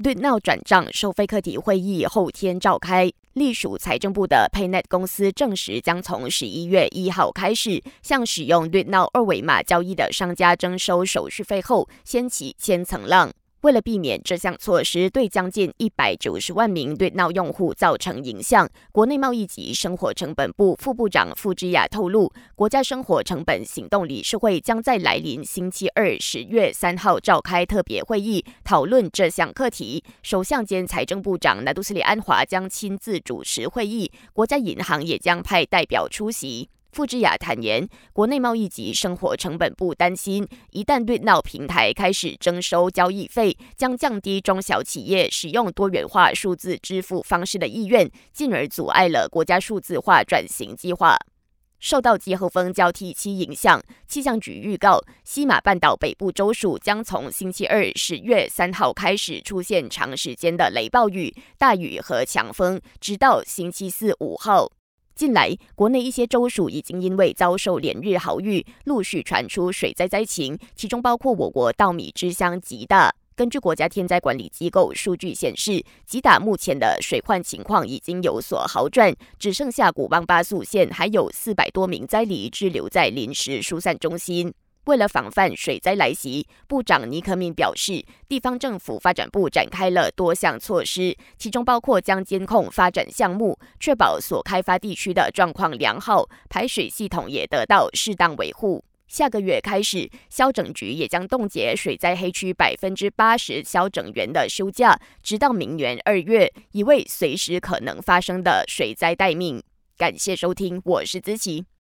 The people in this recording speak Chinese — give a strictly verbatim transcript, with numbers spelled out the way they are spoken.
DuitNow 转账收费课题会议后天召开，隶属财政部的 PayNet 公司证实将从十一月一号开始，向使用 DuitNow 二维码交易的商家征收手续费后，掀起千层浪。为了避免这项措施对将近一百九十万名 DuitNow 用户造成影响，国内贸易及生活成本部副部长傅芝雅透露，国家生活成本行动理事会将在来临星期二十月三号召开特别会议，讨论这项课题。首相兼财政部长拿督斯里安华将亲自主持会议，国家银行也将派代表出席。傅芝雅坦言，国内贸易及生活成本部担心，一旦 DuitNow 平台开始征收交易费，将降低中小企业使用多元化数字支付方式的意愿，进而阻碍了国家数字化转型计划。受到季候风交替期影响，气象局预告，西马半岛北部州属将从星期二十月三号开始出现长时间的雷暴雨、大雨和强风，直到星期四五号。近来，国内一些州属已经因为遭受连日豪雨，陆续传出水灾灾情，其中包括我国稻米之乡吉打。根据国家天灾管理机构数据显示，吉打目前的水患情况已经有所好转，只剩下古邦巴素县还有四百多名灾黎滞留在临时疏散中心。为了防范水灾来袭，部长尼克敏表示，地方政府发展部展开了多项措施，其中包括将监控发展项目，确保所开发地区的状况良好，排水系统也得到适当维护。下个月开始，消整局也将冻结水灾黑区百分之八十消整员的休假，直到明年二月，以为随时可能发生的水灾待命。感谢收听，我是子琪。